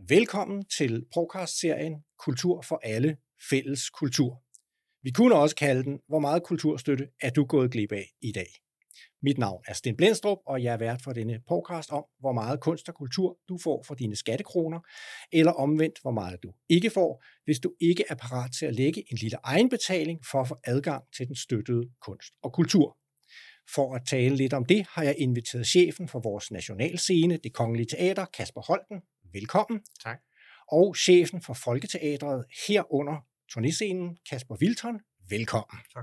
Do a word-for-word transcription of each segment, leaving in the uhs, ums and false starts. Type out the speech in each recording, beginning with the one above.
Velkommen til podcast-serien Kultur for alle, fælles kultur. Vi kunne også kalde den, hvor meget kulturstøtte er du gået glip af i dag? Mit navn er Sten Blendstrup, og jeg er vært for denne podcast om, hvor meget kunst og kultur du får for dine skattekroner, eller omvendt, hvor meget du ikke får, hvis du ikke er parat til at lægge en lille egenbetaling for at få adgang til den støttede kunst og kultur. For at tale lidt om det, har jeg inviteret chefen for vores nationalscene, Det Kongelige Teater, Kasper Holten. Velkommen. Tak. Og chefen for Folketeatret herunder turnescenen, Kasper Wilton. Velkommen. Tak.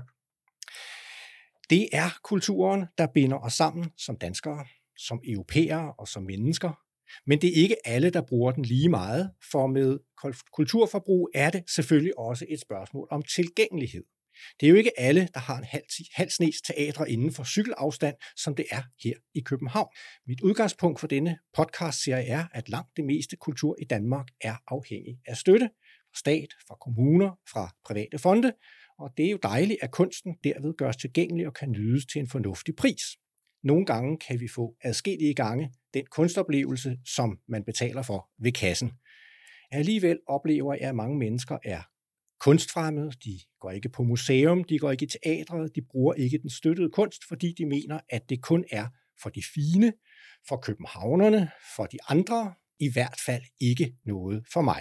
Det er kulturen, der binder os sammen som danskere, som europæere og som mennesker. Men det er ikke alle, der bruger den lige meget, for med kulturforbrug er det selvfølgelig også et spørgsmål om tilgængelighed. Det er jo ikke alle, der har en halv, halv snes teatre inden for cykelafstand, som det er her i København. Mit udgangspunkt for denne podcastserie er, at langt det meste kultur i Danmark er afhængig af støtte fra stat, fra kommuner, fra private fonde, og det er jo dejligt, at kunsten derved gøres tilgængelig og kan nydes til en fornuftig pris. Nogle gange kan vi få adskillige gange den kunstoplevelse, som man betaler for ved kassen. Alligevel oplever jeg, at mange mennesker er kunstfremmede, de går ikke på museum, de går ikke i teatret, de bruger ikke den støttede kunst, fordi de mener, at det kun er for de fine, for københavnerne, for de andre, i hvert fald ikke noget for mig.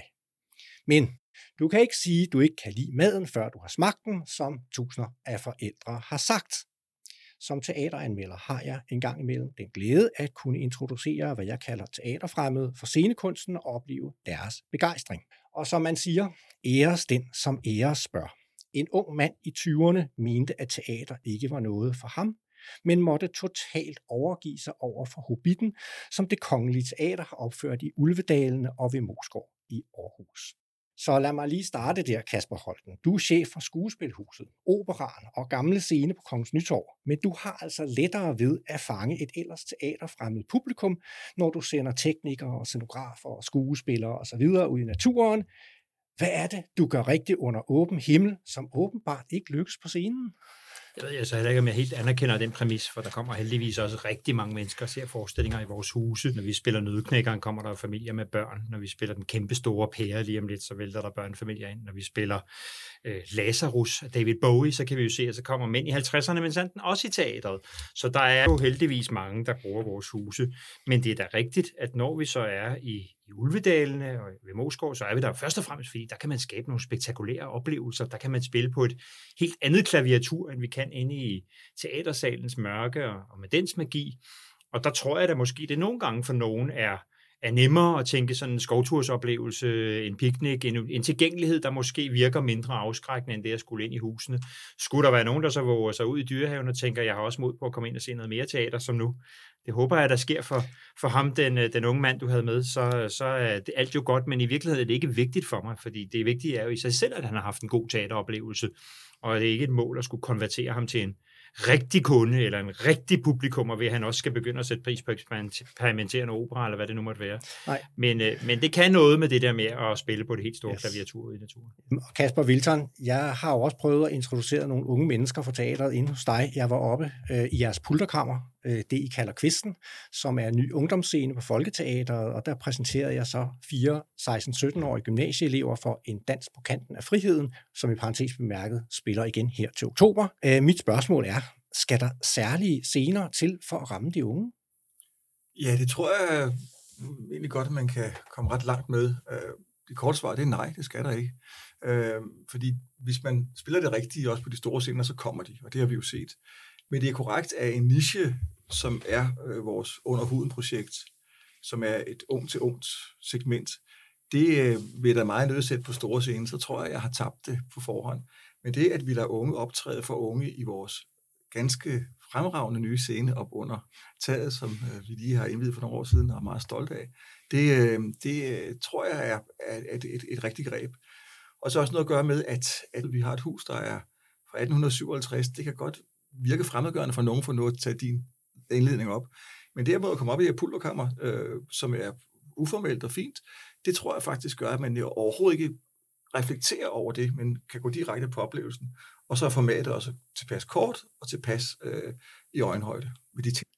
Men du kan ikke sige, at du ikke kan lide maden, før du har smagt den, som tusinder af forældre har sagt. Som teateranmelder har jeg en gang imellem den glæde at kunne introducere, hvad jeg kalder teaterfremmede for scenekunsten og opleve deres begejstring. Og som man siger, æres den, som æres bør. En ung mand i tyverne mente, at teater ikke var noget for ham, men måtte totalt overgive sig over for Hobbitten, som Det Kongelige Teater har opført i Ulvedalene og ved Moesgaard i Aarhus. Så lad mig lige starte der, Kasper Holten. Du er chef for Skuespilhuset, Operaen og Gamle Scene på Kongens Nytorv, men du har altså lettere ved at fange et ellers teaterfremmed publikum, når du sender teknikere og scenografer og skuespillere osv. ud i naturen. Hvad er det, du gør rigtigt under åben himmel, som åbenbart ikke lykkes på scenen? Jeg ved jeg så heller ikke, om jeg helt anerkender den præmis, for der kommer heldigvis også rigtig mange mennesker og ser forestillinger i vores huse. Når vi spiller Nøddeknækkeren, kommer der familier med børn. Når vi spiller Den Kæmpe Store Pære lige om lidt, så vælter der børnefamilier ind. Når vi spiller øh, Lazarus af David Bowie, så kan vi jo se, at så kommer mænd i halvtredserne, men sandt også i teatret. Så der er jo heldigvis mange, der bruger vores huse. Men det er da rigtigt, at når vi så er i i Ulvedalene og ved Moesgaard, så er vi der først og fremmest, fordi der kan man skabe nogle spektakulære oplevelser. Der kan man spille på et helt andet klaviatur, end vi kan inde i teatersalens mørke og, og med dens magi. Og der tror jeg da måske, det nogle gange for nogen er, er nemmere at tænke sådan en skovtursoplevelse, en picnic, en, en tilgængelighed, der måske virker mindre afskrækkende, end det at skulle ind i husene. Skulle der være nogen, der så våger sig ud i Dyrehaven og tænker, jeg har også mod på at komme ind og se noget mere teater som nu. Det håber jeg, der sker for, for ham, den, den unge mand, du havde med, så, så er det alt jo godt, men i virkeligheden er det ikke vigtigt for mig, fordi det vigtige er jo i sig selv, at han har haft en god teateroplevelse, og det er ikke et mål at skulle konvertere ham til en rigtig kunde eller en rigtig publikum, ved at han også skal begynde at sætte pris på eksperimenterende opera, eller hvad det nu måtte være. Nej. Men, men det kan noget med det der med at spille på det helt store yes. klaviatur i naturen. Kasper Wilton, jeg har jo også prøvet at introducere nogle unge mennesker for teateret inde hos dig. Jeg var oppe øh, i jeres pulterkammer, øh, det I kalder Kvisten, som er en ny ungdomsscene på Folketeatret, og der præsenterede jeg så fire seksten-sytten-årige gymnasieelever for en dans på kanten af friheden, som i parentes bemærket spiller igen her til oktober. Øh, mit spørgsmål er, skal der særlige scener til for at ramme de unge? Ja, det tror jeg egentlig godt, at man kan komme ret langt med. Det korte svar, det er nej, det skal der ikke. Fordi hvis man spiller det rigtige også på de store scener, så kommer de, og det har vi jo set. Men det er korrekt, at en niche, som er vores Under Huden-projekt, som er et ung-til-ungt segment, det vil der meget nødsætte på store scener, så tror jeg, jeg har tabt det på forhånd. Men det, at vi lader unge optræde for unge i vores ganske fremragende nye scene op under taget, som øh, vi lige har indviet for nogle år siden og er meget stolte af, det, øh, det tror jeg er, er et, et, et rigtigt greb. Og så også noget at gøre med, at, at vi har et hus, der er fra atten syvoghalvtreds. Det kan godt virke fremmedgørende for nogen for noget at tage din indledning op. Men derimod at komme op i et pulterkammer, øh, som er uformelt og fint, det tror jeg faktisk gør, at man jo overhovedet ikke reflekterer over det, men kan gå direkte på oplevelsen. Og så er formatet også tilpas kort og tilpas øh, i øjenhøjde ved de ting.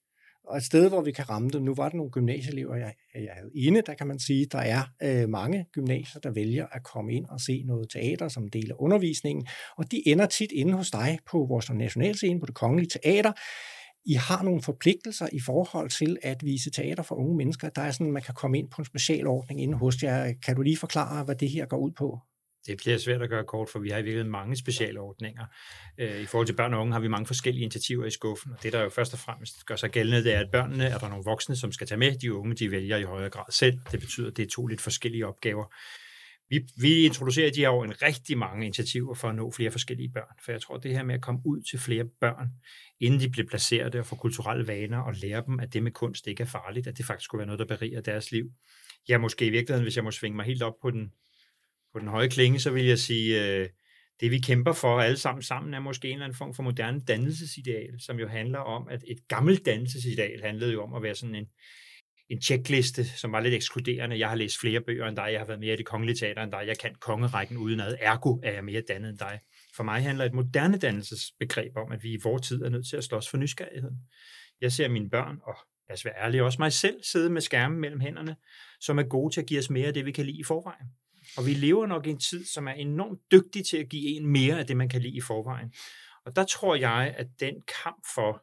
og et sted, hvor vi kan ramme det. Nu var der nogle gymnasieelever, jeg, jeg havde inde, der kan man sige, der er øh, mange gymnasier, der vælger at komme ind og se noget teater som en del af undervisningen, og de ender tit inde hos dig på vores nationalscene, på Det Kongelige Teater. I har nogle forpligtelser i forhold til at vise teater for unge mennesker. Der er sådan, man kan komme ind på en specialordning inde hos jer. Kan du lige forklare, hvad det her går ud på? Det bliver svært at gøre kort, for vi har i virkeligheden mange specialordninger. I forhold til børn og unge har vi mange forskellige initiativer i skuffen, og det, der jo først og fremmest gør sig gældende, det er, at børnene er der nogle voksne, som skal tage med. De unge, de vælger i højere grad selv. Det betyder, at det er to lidt forskellige opgaver. Vi, vi introducerer de her år en rigtig mange initiativer for at nå flere forskellige børn, for jeg tror, at det her med at komme ud til flere børn, inden de bliver placeret og få kulturelle vaner, og lære dem, at det med kunst ikke er farligt, at det faktisk skulle være noget, der beriger deres liv. Ja, måske i virkeligheden, hvis jeg må svinge mig helt op på den, på den høje klinge, så vil jeg sige, øh, det vi kæmper for alle sammen sammen, er måske en eller anden form for moderne dannelsesideal, som jo handler om, at et gammelt dannelsesideal handlede jo om at være sådan en en checkliste, som var lidt ekskluderende. Jeg har læst flere bøger end dig, jeg har været mere i Det Kongelige Teater end dig, jeg kan kongerækken udenad, ergo er jeg mere dannet end dig. For mig handler et moderne dannelsesbegreb om, at vi i vores tid er nødt til at slås for nysgerrigheden. Jeg ser mine børn, og lad os være ærlige, også mig selv, sidde med skærmen mellem hænderne, som er gode til at give os mere af det, vi kan lide i forvejen. Og vi lever nok i en tid, som er enormt dygtig til at give en mere af det, man kan lide i forvejen. Og der tror jeg, at den kamp for,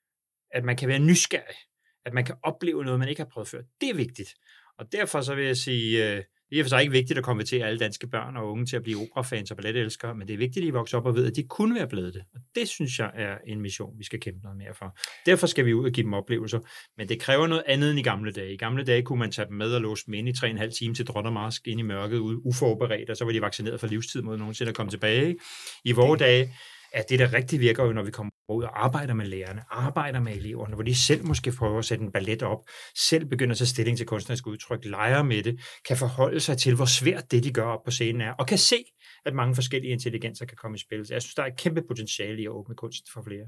at man kan være nysgerrig, at man kan opleve noget, man ikke har prøvet før, det er vigtigt. Og derfor så vil jeg sige, øh, det er for sig ikke vigtigt at konvertere alle danske børn og unge til at blive operafans og balletelskere, men det er vigtigt, at de vokser op og ved, at de kunne være blevet det. Og det synes jeg er en mission, vi skal kæmpe noget mere for. Derfor skal vi ud og give dem oplevelser, men det kræver noget andet end i gamle dage. I gamle dage kunne man tage dem med og låse dem ind i tre og en halv time til Drottermarsk ind i mørket, uforberedt, og så var de vaccineret for livstid mod nogensinde at komme tilbage. I vore dage at det, der rigtig virker jo, når vi kommer ud og arbejder med lærerne, arbejder med eleverne, hvor de selv måske prøver at sætte en ballet op, selv begynder at tage stilling til kunstnerisk udtryk, leger med det, kan forholde sig til, hvor svært det, de gør op på scenen er, og kan se, at mange forskellige intelligenser kan komme i spil. Så jeg synes, der er et kæmpe potentiale i at åbne kunst for flere.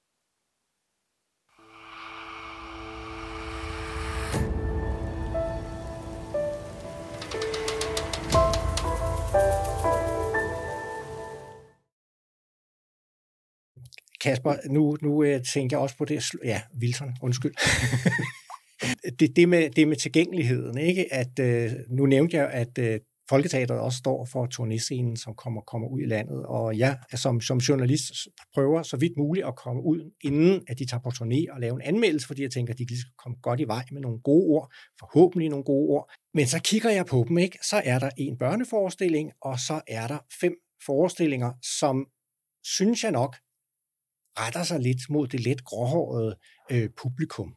Kasper, nu, nu øh, tænker jeg også på det. Ja, Wilson, undskyld. det, det, med, det med tilgængeligheden, ikke? At, øh, nu nævnte jeg, at øh, Folketeatret også står for turnescenen, som kommer, kommer ud i landet, og jeg som, som journalist prøver så vidt muligt at komme ud, inden at de tager på turné og lave en anmeldelse, fordi jeg tænker, at de lige skal komme godt i vej med nogle gode ord, forhåbentlig nogle gode ord. Men så kigger jeg på dem, ikke? Så er der en børneforestilling, og så er der fem forestillinger, som synes jeg nok retter sig lidt mod det let gråhårede øh, publikum.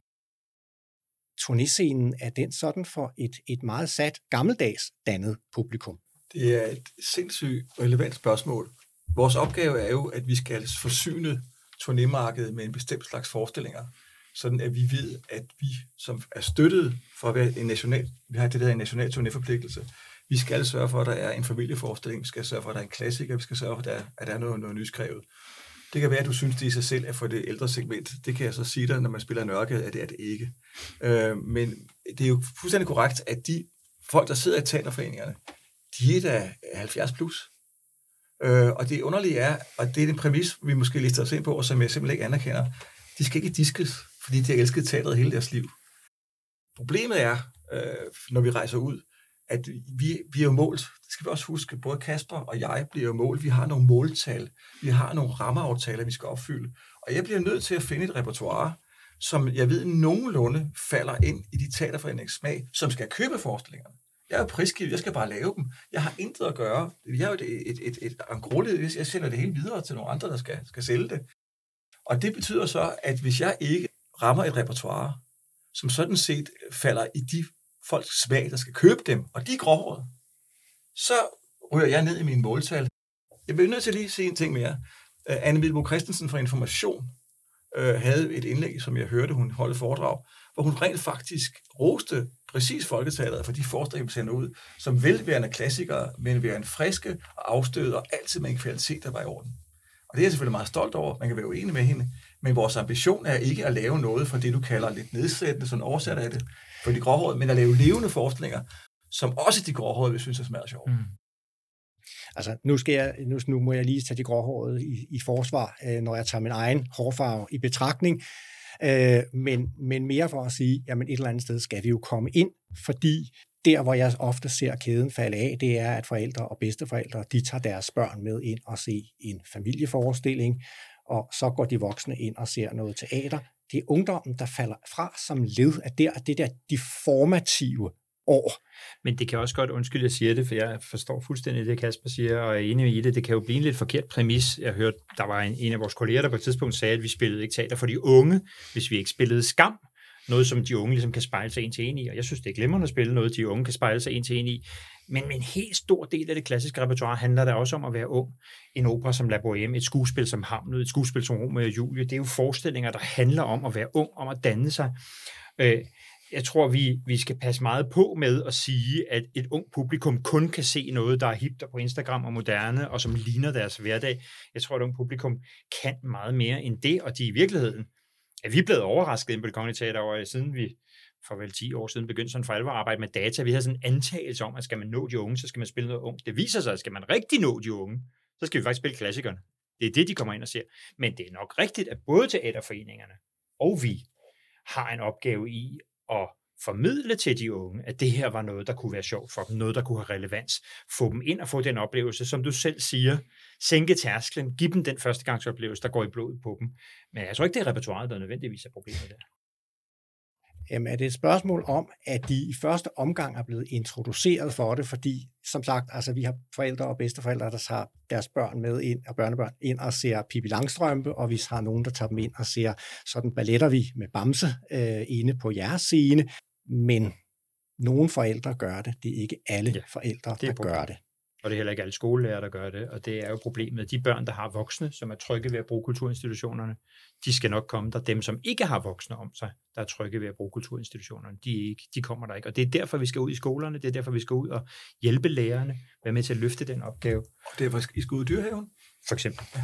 Turnescenen, er den sådan for et, et meget sat, gammeldags dannet publikum? Det er et sindssygt relevant spørgsmål. Vores opgave er jo, at vi skal forsyne turnémarkedet med en bestemt slags forestillinger, sådan at vi ved, at vi, som er støttet for at være en national, vi har det der en national turnéforpligtelse, vi skal sørge for, at der er en familieforestilling, vi skal sørge for, at der er en klassiker, vi skal sørge for, at der, at der er noget, noget nyskrevet. Det kan være, at du synes, det i sig selv er for det ældre segment. Det kan jeg så sige dig, når man spiller Nørke, at det er det ikke. Øh, men det er jo fuldstændig korrekt, at de folk, der sidder i teaterforeningerne, de er da halvfjerds plus. Øh, og det underlige er, og det er den præmis, vi måske lister os ind på, og som jeg simpelthen ikke anerkender, de skal ikke diskes, fordi de har elsket teateret hele deres liv. Problemet er, øh, når vi rejser ud, at vi, vi er jo målt. Det skal vi også huske. Både Kasper og jeg bliver jo målt. Vi har nogle måltal. Vi har nogle rammeaftaler, vi skal opfylde. Og jeg bliver nødt til at finde et repertoire, som jeg ved nogenlunde falder ind i de teaterforeningens smag, som skal købe forestillingerne. Jeg er jo prisgivet. Jeg skal bare lave dem. Jeg har intet at gøre. Jeg er jo et, et, et, et engroslet. Jeg sender det hele videre til nogle andre, der skal, skal sælge det. Og det betyder så, at hvis jeg ikke rammer et repertoire, som sådan set falder i de folks smag, der skal købe dem, og de er gråhårede, så ryger jeg ned i mine måltal. Jeg bliver nødt til lige at sige en ting mere. Uh, Anne Vilbo Christensen fra Information uh, havde et indlæg, som jeg hørte, hun holdt foredrag, hvor hun rent faktisk roste præcis Folketeatret for de forestillinger, vi sender ud, som velværende klassikere, men værende friske og afstøde, og altid med en kvalitet, der var i orden. Og det er jeg selvfølgelig meget stolt over. Man kan være uenig med hende, men vores ambition er ikke at lave noget for det, du kalder lidt nedsættende, sådan oversat af det, for de gråhårede, men at lave levende forestillinger, som også de gråhårede vil synes er smadret sjovt. Mm. Altså, nu, skal jeg, nu, nu må jeg lige tage de gråhårede i, i forsvar, øh, når jeg tager min egen hårfarve i betragtning. øh, men, men mere for at sige, jamen et eller andet sted skal vi jo komme ind, fordi der, hvor jeg ofte ser kæden falde af, det er, at forældre og bedsteforældre, de tager deres børn med ind og se en familieforestilling, og så går de voksne ind og ser noget teater. Det er ungdommen, der falder fra som led af der, det der de formative år. Men det kan også godt, undskyld, jeg siger det, for jeg forstår fuldstændig det, Kasper siger, og er enig i det. Det kan jo blive en lidt forkert præmis. Jeg hørte, der var en, en af vores kolleger, der på et tidspunkt sagde, at vi spillede ikke teater for de unge, hvis vi ikke spillede Skam. Noget, som de unge ligesom kan spejle sig en til en i, og jeg synes, det er glimrende at spille noget, de unge kan spejle sig en til en i. Men med en helt stor del af det klassiske repertoire handler det også om at være ung. En opera som La Bohème, et skuespil som Hamlet, et skuespil som Romeo og Julie, det er jo forestillinger, der handler om at være ung, om at danne sig. Jeg tror, vi, vi skal passe meget på med at sige, at et ung publikum kun kan se noget, der er hipt på Instagram og moderne, og som ligner deres hverdag. Jeg tror, at et ung publikum kan meget mere end det, og de i virkeligheden er vi blevet overrasket inde på Det Kongelige Teater over, siden vi for vel ti år siden begyndte sådan for alvor at arbejde med data. Vi har sådan en antagelse om, at skal man nå de unge, så skal man spille noget ungt. Det viser sig, at skal man rigtig nå de unge, så skal vi faktisk spille klassikerne. Det er det, de kommer ind og ser. Men det er nok rigtigt, at både teaterforeningerne og vi har en opgave i at formidle til de unge, at det her var noget, der kunne være sjovt for dem, noget, der kunne have relevans. Få dem ind og få den oplevelse, som du selv siger, sænke tærsklen, give dem den førstegangsoplevelse, der går i blodet på dem. Men jeg tror ikke, det er repertoiret, der nødvendigvis er problemet der. Jamen er det et spørgsmål om, at de i første omgang er blevet introduceret for det, fordi som sagt, altså vi har forældre og bedsteforældre, der tager deres børn med ind, og børnebørn ind og ser Pippi Langstrømpe, og vi har nogen, der tager dem ind og ser sådan balletter vi med Bamse øh, inde på jeres scene, men nogle forældre gør det, det er ikke alle ja, forældre, der gør det. Og det er heller ikke alle skolelærer, der gør det, og det er jo problemet. De børn, der har voksne, som er trygge ved at bruge kulturinstitutionerne, de skal nok komme der. Dem, som ikke har voksne om sig, der er trygge ved at bruge kulturinstitutionerne, de, ikke, de kommer der ikke. Og det er derfor, vi skal ud i skolerne, det er derfor, vi skal ud og hjælpe lærerne, være med til at løfte den opgave. Og derfor I skal ud i Dyrehaven? For eksempel. Ja.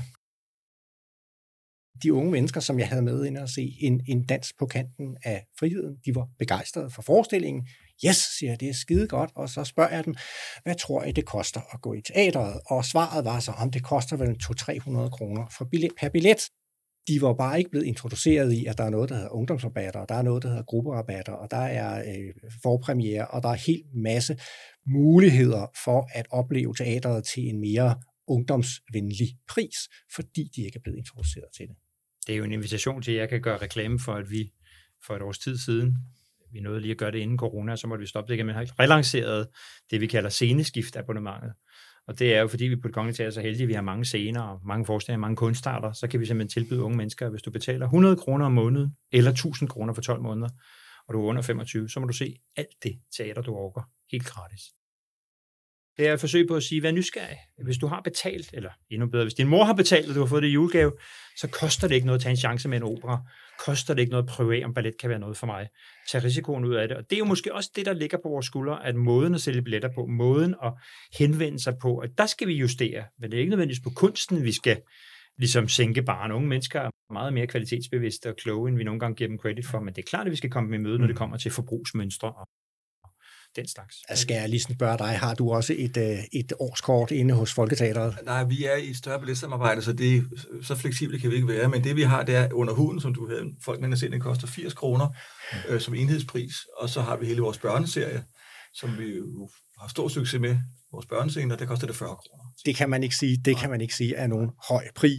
De unge mennesker, som jeg havde med inde og se en, en dans på kanten af friheden, de var begejstrede for forestillingen. Yes, siger jeg, det er skide godt, og så spørger jeg dem, hvad tror I, det koster at gå i teateret? Og svaret var så, om det koster vel to hundrede til tre hundrede kroner for billet, per billet. De var bare ikke blevet introduceret i, at der er noget, der hedder ungdomsrabatter, og der er noget, der hedder grupperabatter, og der er øh, forpremiere, og der er en hel masse muligheder for at opleve teateret til en mere ungdomsvenlig pris, fordi de ikke er blevet introduceret til det. Det er jo en invitation til, at jeg kan gøre reklame for, at vi for et års tid siden, vi nåede lige at gøre det inden corona, så måtte vi stoppe det igen, men har relanceret det, vi kalder sceneskift-abonnementet. Og det er jo, fordi vi på Det Kongelige Teater er så heldige, at vi har mange scener og mange forestillinger, mange kunstarter, så kan vi simpelthen tilbyde unge mennesker, hvis du betaler hundrede kroner om måneden, eller tusind kroner for tolv måneder, og du er under femogtyve, så må du se alt det teater, du orker, helt gratis. Det er et forsøg på at sige, vær nysgerrig. Hvis du har betalt, eller endnu bedre, hvis din mor har betalt, og du har fået det i julegave, så koster det ikke noget at tage en chance med en opera. Koster det ikke noget at prøve af, om ballet kan være noget for mig. Tag risikoen ud af det. Og det er jo måske også det, der ligger på vores skuldre, at måden at sælge billetter på, måden at henvende sig på, at der skal vi justere. Men det er ikke nødvendigvis på kunsten, vi skal ligesom sænke barn. Unge mennesker er meget mere kvalitetsbevidste og kloge, end vi nogle gange giver dem credit for. Men det er klart, at vi skal komme med i møde, når det kommer til forbrugsmønstre og den slags. Skal jeg lige spørge dig, har du også et, et årskort inde hos Folketeateret? Nej, vi er i et større billetsamarbejde, så det, så fleksible kan vi ikke være, men det vi har, det er under huden, som du havde, folk mener selv, den koster firs kroner mm. øh, som enhedspris, og så har vi hele vores børneserie, som vi jo har stor succes med, vores børnescene, og der koster det fyrre kroner. Det kan man ikke sige, det kan man ikke sige er nogen høj pris.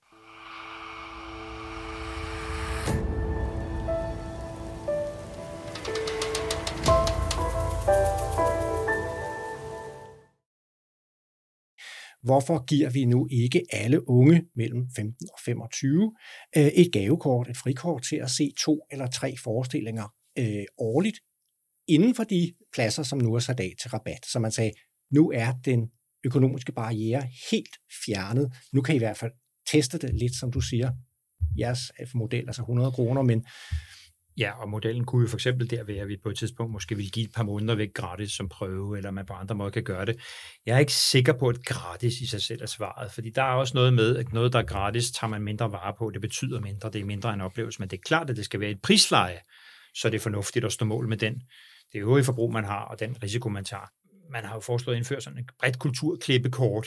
Hvorfor giver vi nu ikke alle unge mellem femten og femogtyve et gavekort, et frikort til at se to eller tre forestillinger øh, årligt inden for de pladser, som nu er sat af til rabat? Så man sagde, nu er den økonomiske barriere helt fjernet. Nu kan I i hvert fald teste det lidt, som du siger. Jeres model, altså hundrede kroner, men ja, og modellen kunne jo for eksempel der være, at vi på et tidspunkt måske vil give et par måneder væk gratis som prøve, eller man på andre måder kan gøre det. Jeg er ikke sikker på, at gratis i sig selv er svaret, fordi der er også noget med, at noget, der er gratis, tager man mindre vare på. Det betyder mindre, det er mindre en oplevelse, men det er klart, at det skal være et prisleje, så det er fornuftigt at stå mål med den, det øvrige forbrug, man har, og den risiko, man tager. Man har jo foreslået at indføre sådan et bredt kulturklippekort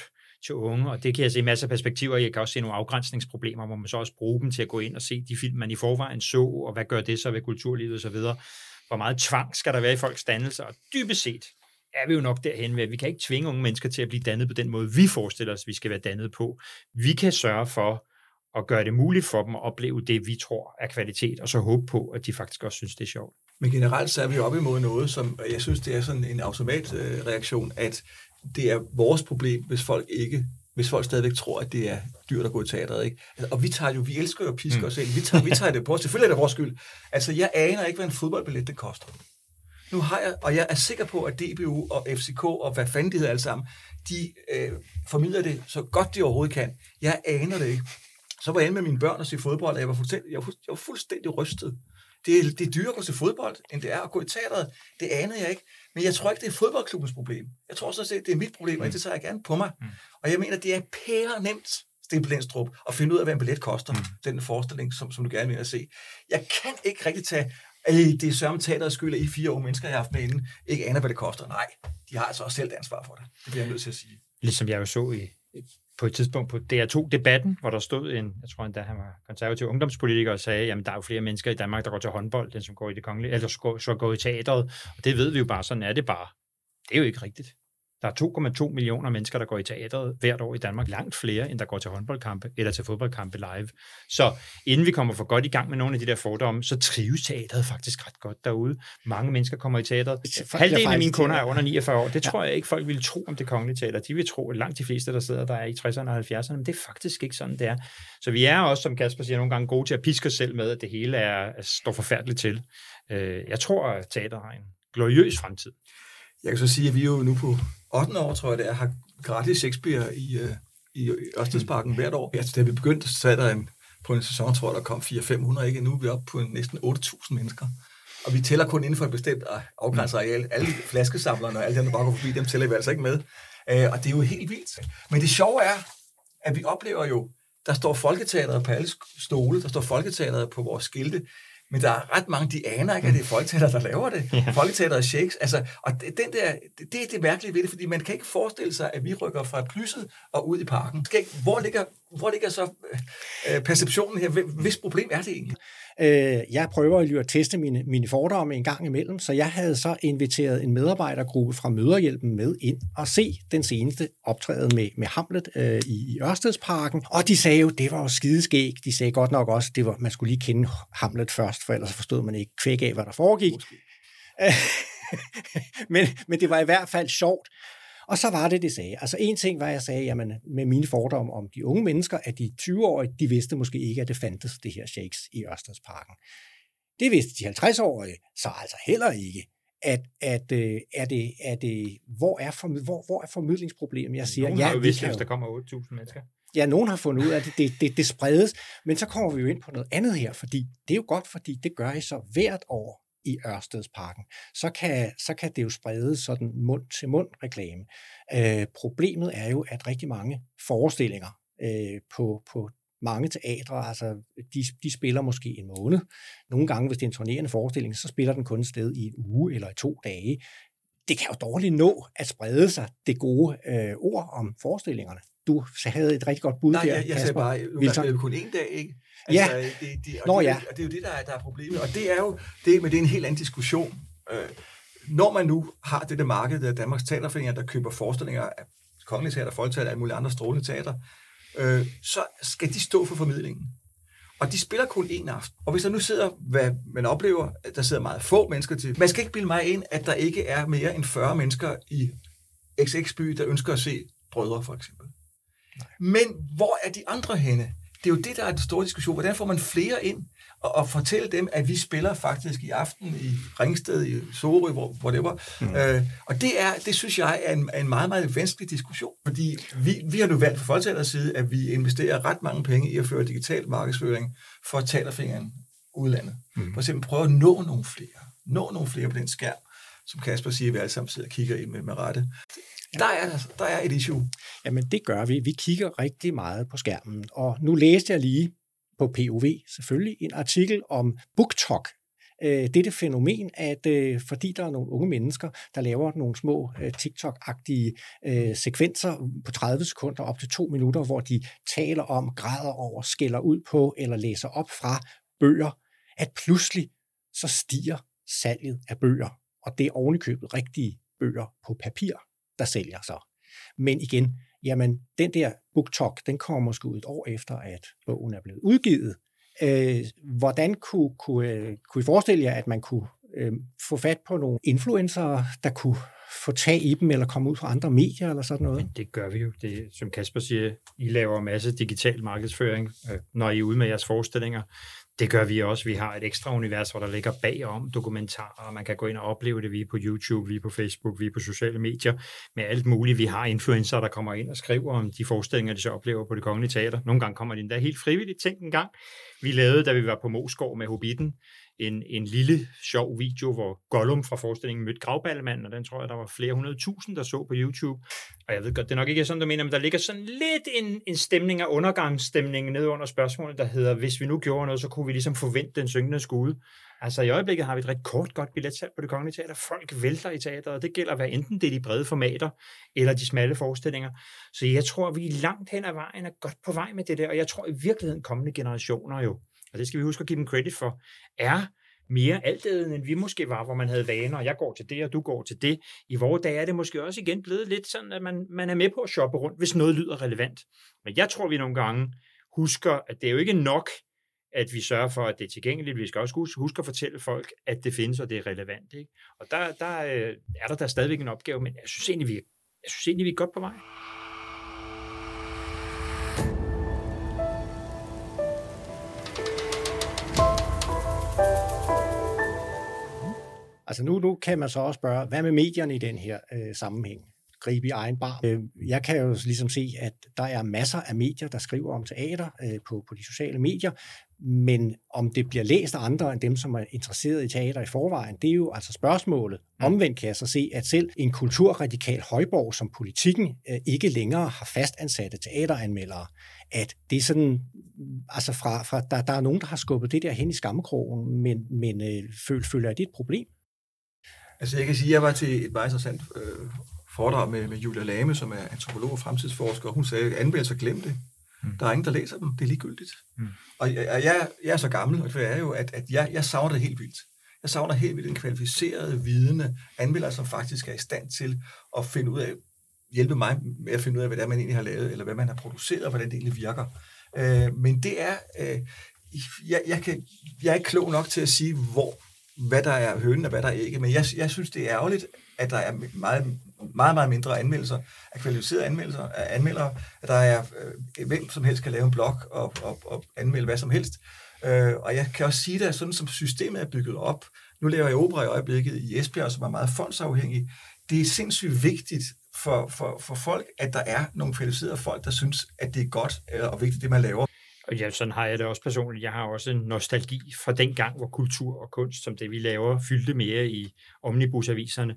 til unge, og det kan jeg se masser af perspektiver. Jeg kan også se nogle afgrænsningsproblemer, hvor man så også bruger dem til at gå ind og se de film, man i forvejen så, og hvad gør det så ved kulturlivet og så videre. Hvor meget tvang skal der være i folks dannelse, og dybest set er vi jo nok derhen ved, at vi kan ikke tvinge unge mennesker til at blive dannet på den måde, vi forestiller os, vi skal være dannet på. Vi kan sørge for at gøre det muligt for dem at opleve det, vi tror er kvalitet, og så håbe på, at de faktisk også synes, det er sjovt. Men generelt så er vi op imod noget, som jeg synes, det er sådan en automatreaktion, at det er vores problem, hvis folk ikke, hvis folk stadigvæk tror, at det er dyrt at gå i teateret, ikke? Og vi tager jo, vi elsker jo at piske mm. os ind. Vi tager, vi tager det på os. Selvfølgelig er det vores skyld. Altså, jeg aner ikke, hvad en fodboldbillet det koster. Nu har jeg, og jeg er sikker på, at D B U og F C K og hvad fanden de hedder alle sammen, de øh, formidler det så godt de overhovedet kan. Jeg aner det ikke. Så var jeg inde med mine børn og se fodbold, og jeg var fuldstændig, jeg var, jeg var fuldstændig rystet. Det er, det er dyrere at gå til fodbold, end det er at gå i teateret. Det anede jeg ikke. Men jeg tror ikke, det er fodboldklubbens problem. Jeg tror sådan set, det er mit problem, og det tager jeg gerne på mig. Mm. Og jeg mener, det er pære nemt, Sten Blendstrup, at finde ud af, hvad en billet koster, mm. den forestilling, som, som du gerne vil at se. Jeg kan ikke rigtig tage, at det er sørme teaterets skyld, at I fire unge mennesker, jeg har haft med inden, ikke aner, hvad det koster. Nej, de har altså også selv et ansvar for det. Det bliver jeg nødt til at sige. Ligesom jeg jo så i på et tidspunkt på D R to-debatten, hvor der stod en, jeg tror endda han var konservativ ungdomspolitiker, og sagde, jamen der er jo flere mennesker i Danmark, der går til håndbold, end som går i det kongelige, eller så, så går i teateret, og det ved vi jo bare, sådan er det bare. Det er jo ikke rigtigt. Der er to komma to millioner mennesker, der går i teateret hvert år i Danmark, langt flere, end der går til håndboldkampe eller til fodboldkampe live. Så inden vi kommer for godt i gang med nogle af de der fordomme, så trives teateret faktisk ret godt derude. Mange mennesker kommer i teateret. Halvdelen af mine kunder er under niogfyrre år. Det tror jeg ikke, folk ville tro om det kongelige teater. De vil tro, at langt de fleste, der sidder der er i tresserne og halvfjerdserne, men det er faktisk ikke sådan, det er. Så vi er også, som Kasper siger, nogle gange gode til at piske os selv med, at det hele er, står forfærdeligt til. Jeg tror, at teateret har en gloriøs fremtid. Jeg kan så sige, at vi jo nu på ottende år, tror jeg det er, har gratis Shakespeare i, uh, i Ørstedsparken hvert år. Ja, da vi begyndte, så sad der en, på en sæson, tror jeg, der kom fire til fem hundrede, ikke? Nu er vi oppe på næsten otte tusind mennesker. Og vi tæller kun inden for et bestemt afgrænset areal. Alle de flaskesamlerne og alle dem, der bare går forbi, dem tæller vi altså ikke med. Uh, og det er jo helt vildt. Men det sjove er, at vi oplever jo, der står folketeateret på alle stole, der står folketeateret på vores skilte, men der er ret mange, de aner ikke, at det er folketeateret, der laver det. Ja. Folketeateret er Shakes. Altså, og den der, det er det mærkelige ved det, fordi man kan ikke forestille sig, at vi rykker fra plysset og ud i parken. Hvor ligger, hvor ligger så øh, perceptionen her? Hvis problem er det egentlig? Jeg prøver jo at teste mine, mine fordomme en gang imellem, så jeg havde så inviteret en medarbejdergruppe fra Møderhjælpen med ind og se den seneste optræden med, med Hamlet øh, i, i Ørstedsparken. Og de sagde jo, det var jo skideskæg. De sagde godt nok også, det var, man skulle lige kende Hamlet først, for ellers forstod man ikke kvæk af, hvad der foregik. men, men det var i hvert fald sjovt. Og så var det, det sagde. Altså en ting var, jeg sagde, jamen med mine fordomme om de unge mennesker, at de tyve-årige, de vidste måske ikke, at det fandtes det her Shakes i Ørstedsparken. Det vidste de halvtreds-årige så altså heller ikke. At, at, at er det, er det, hvor, er form, hvor, hvor er formidlingsproblemet? Jeg siger, nogen ja, har jo vi vist, kan hvis der kommer otte tusind mennesker. Ja, nogen har fundet ud af, at det, det, det, det spredes, men så kommer vi jo ind på noget andet her, fordi det er jo godt, fordi det gør I så hvert år i Ørstedsparken, så kan, så kan det jo sprede sådan mund-til-mund-reklame. Øh, problemet er jo, at rigtig mange forestillinger øh, på, på mange teatre, altså de, de spiller måske en måned. Nogle gange, hvis det er en turnerende forestilling, så spiller den kun et sted i en uge eller i to dage. Det kan jo dårligt nå at sprede sig det gode øh, ord om forestillingerne. Du havde et rigtig godt bud Nej, der, jeg, jeg sagde bare, nu er det kun en dag, ikke? Altså, ja. Det, det, og, Nå, det, ja. og det er jo det, der er, der er problemet. Og det er jo, det, men det er en helt anden diskussion. Øh, når man nu har det der marked, der er Danmarks Teaterforeninger, der køber forestillinger af Kongelige Teater, Folketeater og alle mulige andre strålende teater, øh, så skal de stå for formidlingen. Og de spiller kun én aften. Og hvis der nu sidder, hvad man oplever, at der sidder meget få mennesker til, man skal ikke bilde mig ind, at der ikke er mere end fyrre mennesker i X X-by, der ønsker at se Brødre, for eksempel. Nej. Men hvor er de andre henne? Det er jo det, der er den store diskussion. Hvordan får man flere ind og, og fortælle dem, at vi spiller faktisk i aften i Ringsted, i Sorø, hvor, whatever. Mm. Øh, og det, er, det synes jeg er en, en meget, meget vanskelig diskussion. Fordi vi, vi har nu valgt fra Folketeaterets side, at vi investerer ret mange penge i at føre digital markedsføring for teaterfingeren udlandet. Mm. For eksempel prøve at nå nogle flere. Nå nogle flere på den skærm, som Kasper siger, vi alle sammen sidder og kigger i med, med rette. Der er, der er et issue. Jamen, det gør vi. Vi kigger rigtig meget på skærmen. Og nu læste jeg lige på P O V selvfølgelig en artikel om BookTok, øh, dette fænomen, at øh, fordi der er nogle unge mennesker, der laver nogle små øh, TikTok-agtige øh, sekvenser på tredive sekunder op til to minutter, hvor de taler om, græder over, skælder ud på eller læser op fra bøger, at pludselig så stiger salget af bøger, og det er ovenikøbet rigtige bøger på papir, der sælger så. Men igen, jamen, den der BookTok, den kommer måske ud et år efter, at bogen er blevet udgivet. Øh, hvordan kunne, kunne, kunne I forestille jer, at man kunne øh, få fat på nogle influencer, der kunne få tag i dem, eller komme ud fra andre medier, eller sådan noget? Men det gør vi jo. Det, som Kasper siger, I laver en masse digital markedsføring, øh, når I er ude med jeres forestillinger. Det gør vi også. Vi har et ekstra univers, hvor der ligger bagom dokumentarer, og man kan gå ind og opleve det. Vi er på YouTube, vi er på Facebook, vi er på sociale medier, med alt muligt. Vi har influencer, der kommer ind og skriver om de forestillinger, de så oplever på Det Kongelige Teater. Nogle gange kommer de endda helt frivilligt. Tænk en gang. Vi lavede, da vi var på Moesgaard med Hobbiten, en, en lille sjov video, hvor Gollum fra forestillingen mødte Gravballemanden, og den tror jeg, der var flere hundrede tusind, der så på YouTube. Og jeg ved godt, det er nok ikke sådan, du mener, men der ligger sådan lidt en, en stemning af undergangsstemning nede under spørgsmålet, der hedder, hvis vi nu gjorde noget, så kunne vi ligesom forvente den syngende skude. Altså i øjeblikket har vi et ret kort godt billetsalg på Det Kongelige Teater. Folk vælter i teateret, og det gælder hvad enten det er de brede formater, eller de smalle forestillinger. Så jeg tror, vi langt hen ad vejen er godt på vej med det der, og jeg tror i virkeligheden kommende generationer jo, og det skal vi huske at give dem credit for, er mere altædende, end vi måske var, hvor man havde vaner, og jeg går til det, og du går til det. I vores dage er det måske også igen blevet lidt sådan, at man, man er med på at shoppe rundt, hvis noget lyder relevant. Men jeg tror, vi nogle gange husker, at det er jo ikke nok, at vi sørger for, at det er tilgængeligt. Vi skal også huske, huske at fortælle folk, at det findes, og det er relevant. Ikke? Og der, der er der, der stadigvæk en opgave, men jeg synes egentlig, vi er, jeg synes egentlig, vi er godt på vej. Altså nu, nu kan man så også spørge, hvad med medierne i den her øh, sammenhæng? Gribe i egen bar. Øh, jeg kan jo ligesom se, at der er masser af medier, der skriver om teater øh, på, på de sociale medier, men om det bliver læst af andre end dem, som er interesseret i teater i forvejen, det er jo altså spørgsmålet. Omvendt kan jeg så se, at selv en kulturradikal højborg som Politikken øh, ikke længere har fastansatte teateranmeldere. At det er sådan, altså fra, fra der, der er nogen, der har skubbet det der hen i skammekrogen, men, men øh, føl, føler jeg, det er et problem? Altså jeg kan sige, at jeg var til et meget interessant øh, foredrag med, med Julia Lame, som er antropolog og fremtidsforsker, og hun sagde, at anmeldelser glem det. Mm. Der er ingen, der læser dem. Det er ligegyldigt. Mm. Og jeg, jeg, jeg er så gammel, og det er jo, at, at jeg, jeg savner det helt vildt. Jeg savner helt vildt en kvalificeret, vidende anmelder, som faktisk er i stand til at finde ud af, hjælpe mig med at finde ud af, hvad det er, man egentlig har lavet, eller hvad man har produceret, og hvordan det egentlig virker. Øh, men det er, øh, jeg, jeg, kan, jeg er ikke klog nok til at sige, hvor, hvad der er hønen og hvad der er ikke, men jeg, jeg synes, det er ærgerligt, at der er meget, meget, meget mindre anmeldelser, af kvalificerede anmeldelser, af anmeldere, at der er, øh, hvem som helst kan lave en blog og, og, og anmelde hvad som helst. Øh, og jeg kan også sige, at sådan som systemet er bygget op, nu laver jeg opera i øjeblikket i Esbjerg, som er meget fondsafhængig, det er sindssygt vigtigt for, for, for folk, at der er nogle kvalificerede folk, der synes, at det er godt og vigtigt, det man laver. Og ja, sådan har jeg det også personligt. Jeg har også en nostalgi fra den gang, hvor kultur og kunst, som det vi laver, fyldte mere i omnibusaviserne.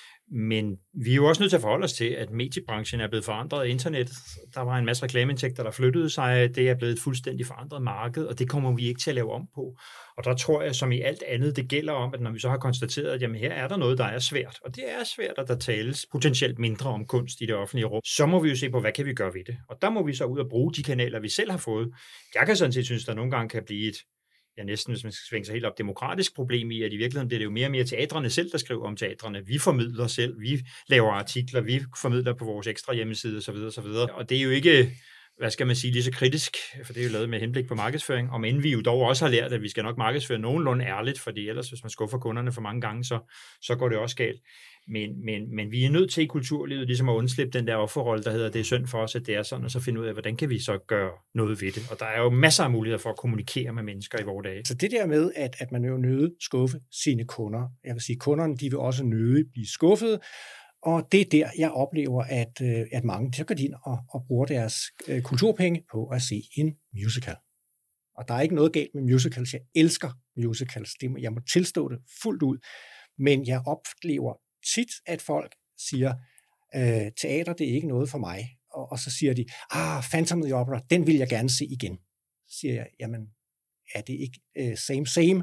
Men vi er jo også nødt til at forholde os til, at mediebranchen er blevet forandret af internet. Der var en masse reklameindtægter, der flyttede sig. Det er blevet et fuldstændig forandret marked, og det kommer vi ikke til at lave om på. Og der tror jeg, som i alt andet, det gælder om, at når vi så har konstateret, at jamen, her er der noget, der er svært, og det er svært, at der tales potentielt mindre om kunst i det offentlige rum, så må vi jo se på, hvad kan vi gøre ved det. Og der må vi så ud og bruge de kanaler, vi selv har fået. Jeg kan sådan set synes, der nogle gange kan blive et ja, næsten, hvis man skal svinge sig helt op, demokratisk problem i, at i virkeligheden bliver det jo mere og mere teatrene selv, der skriver om teatrene. Vi formidler selv, vi laver artikler, vi formidler på vores ekstra hjemmeside osv. osv. Og det er jo ikke, hvad skal man sige, lige så kritisk, for det er jo lavet med henblik på markedsføring, om end vi jo dog også har lært, at vi skal nok markedsføre nogenlunde ærligt, fordi ellers, hvis man skuffer kunderne for mange gange, så, så går det også galt. Men, men, men vi er nødt til i kulturlivet ligesom at undslippe den der offerrolle, der hedder, det er synd for os, at det er sådan, og så finde ud af, hvordan kan vi så gøre noget ved det. Og der er jo masser af muligheder for at kommunikere med mennesker i vores dage. Så det der med, at, at man jo nødig skuffe sine kunder, jeg vil sige, kunderne, de vil også nødig blive skuffet, og det er der, jeg oplever, at, at mange, så går de ind og, og bruger deres øh, kulturpenge på at se en musical. Og der er ikke noget galt med musicals. Jeg elsker musicals. Det må, jeg må tilstå det fuldt ud. Men jeg oplever tit, at folk siger, øh, teater, det er ikke noget for mig. Og, og så siger de, ah, Phantom of the Opera, den vil jeg gerne se igen. Så siger jeg, jamen, er det ikke øh, same, same?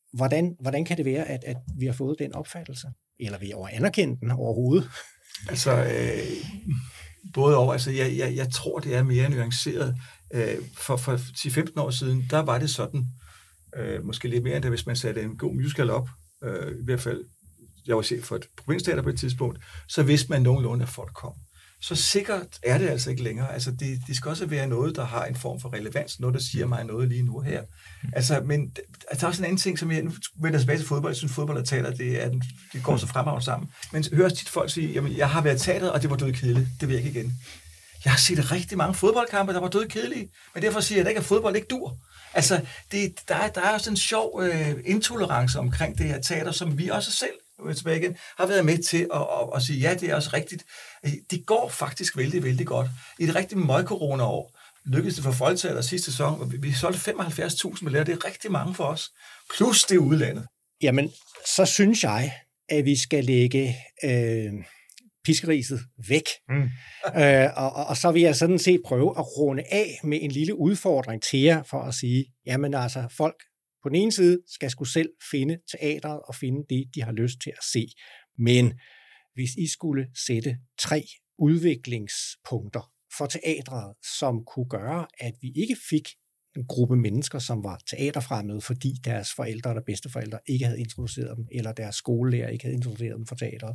hvordan, hvordan kan det være, at, at vi har fået den opfattelse? Eller vi har anerkendt den overhovedet? Altså, øh, både over, altså jeg, jeg, jeg tror, det er mere nuanceret. Øh, for for ti til femten år siden, der var det sådan, øh, måske lidt mere end det, hvis man satte en god musical op, øh, i hvert fald, jeg var chef for et provinsteater på et tidspunkt, så vidste man nogenlunde, at folk kom. Så sikkert er det altså ikke længere. Altså, det, det skal også være noget, der har en form for relevans, noget, der siger mig noget lige nu her. Altså, men der er også en anden ting, som jeg nu vender tilbage til fodbold. Jeg synes, fodbold og teater, det, er den, det går så fremragende sammen. Men jeg hører tit folk sige, jamen, jeg har været teater, og det var død kedeligt. Det vil jeg ikke igen. Jeg har set rigtig mange fodboldkampe, der var død kedelige, men derfor siger jeg, at, ikke, at fodbold ikke dur. Altså, det, der, er, der er sådan en sjov øh, intolerance omkring det her teater, som vi også selv tilbage igen, har været med til at, at, at sige, ja, det er også rigtigt. Det går faktisk vældig, vældig godt. I et rigtig møg-corona-år lykkedes det for Folketeater sidste sæson. Vi solgte femoghalvfjerds tusind billetter. Det er rigtig mange for os. Plus det udlandet. Jamen, så synes jeg, at vi skal lægge øh, piskeriset væk. Mm. øh, og, og så vil jeg sådan set prøve at runde af med en lille udfordring til jer, for at sige, jamen altså, folk på den ene side skal sgu selv finde teateret og finde det, de har lyst til at se. Men hvis I skulle sætte tre udviklingspunkter for teatret, som kunne gøre, at vi ikke fik en gruppe mennesker, som var teaterfremmede, fordi deres forældre eller bedsteforældre ikke havde introduceret dem, eller deres skolelærer ikke havde introduceret dem for teatret.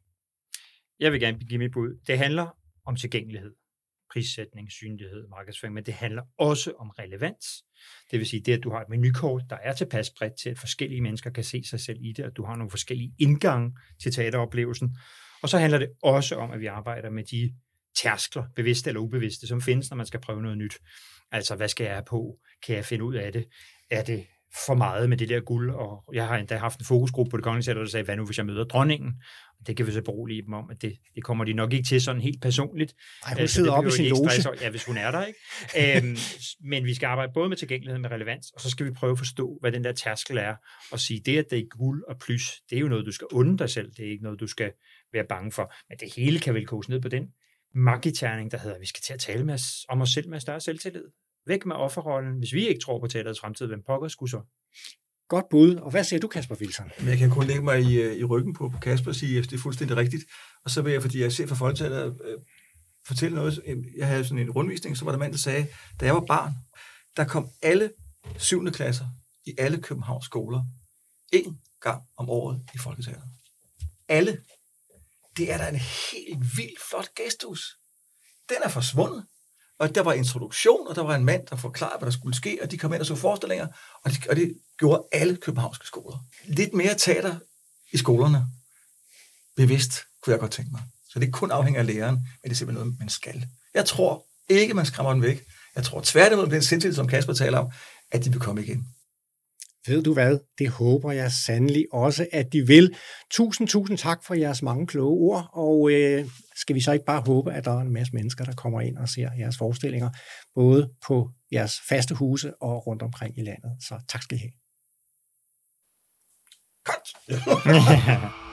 Jeg vil gerne give mit bud. Det handler om tilgængelighed, prissætning, synlighed, markedsføring, men det handler også om relevans. Det vil sige, det, at du har et menukort, der er tilpas bredt til, at forskellige mennesker kan se sig selv i det, og du har nogle forskellige indgange til teateroplevelsen. Og så handler det også om, at vi arbejder med de tærskler, bevidste eller ubevidste, som findes, når man skal prøve noget nyt. Altså, hvad skal jeg have på? Kan jeg finde ud af det? Er det for meget med det der guld? Og jeg har endda haft en fokusgruppe på Det Kongelige Teater, der sagde, hvad nu hvis jeg møder dronningen? Det kan vi så berolige dem om, at det, det kommer de nok ikke til sådan helt personligt. Ej, hun sidder oppe i sin loge. Ja, hvis hun er der, ikke? æm, men vi skal arbejde både med tilgængelighed og med relevans, og så skal vi prøve at forstå, hvad den der tærskel er, og sige, det at det er guld og plus, det er jo noget, du skal unde dig selv, det er ikke noget, du skal være bange for. Men det hele kan vel koges ned på den magiterning, der hedder, vi skal til at tale med os, om os selv med større selvtillid. Væk med offerrollen. Hvis vi ikke tror på teaterets fremtid, hvem pokker skulle så? Godt bud. Og hvad siger du, Kasper Wilson? Jeg kan kun lægge mig i, i ryggen på, på Kasper og sige, at det er fuldstændig rigtigt. Og så vil jeg, fordi jeg ser for Folketeater, øh, fortælle noget. Jeg havde sådan en rundvisning, så var der en mand, der sagde, da jeg var barn, der kom alle syvende klasser i alle Københavns skoler én gang om året i Folketeater. Alle. Det er da en helt vildt flot gestus. Den er forsvundet. Og der var introduktion, og der var en mand, der forklarede, hvad der skulle ske, og de kom ind og så forestillinger, og det, og det gjorde alle københavnske skoler. Lidt mere teater i skolerne. Bevidst, kunne jeg godt tænke mig. Så det er kun afhængig af læreren, men det er simpelthen noget, man skal. Jeg tror ikke, man skræmmer den væk. Jeg tror tværtimod, den sindssygt, som Kasper taler om, at de vil komme igen. Ved du hvad? Det håber jeg sandelig også, at de vil. Tusind, tusind tak for jeres mange kloge ord, og øh, skal vi så ikke bare håbe, at der er en masse mennesker, der kommer ind og ser jeres forestillinger, både på jeres faste huse og rundt omkring i landet. Så tak skal I have. Godt!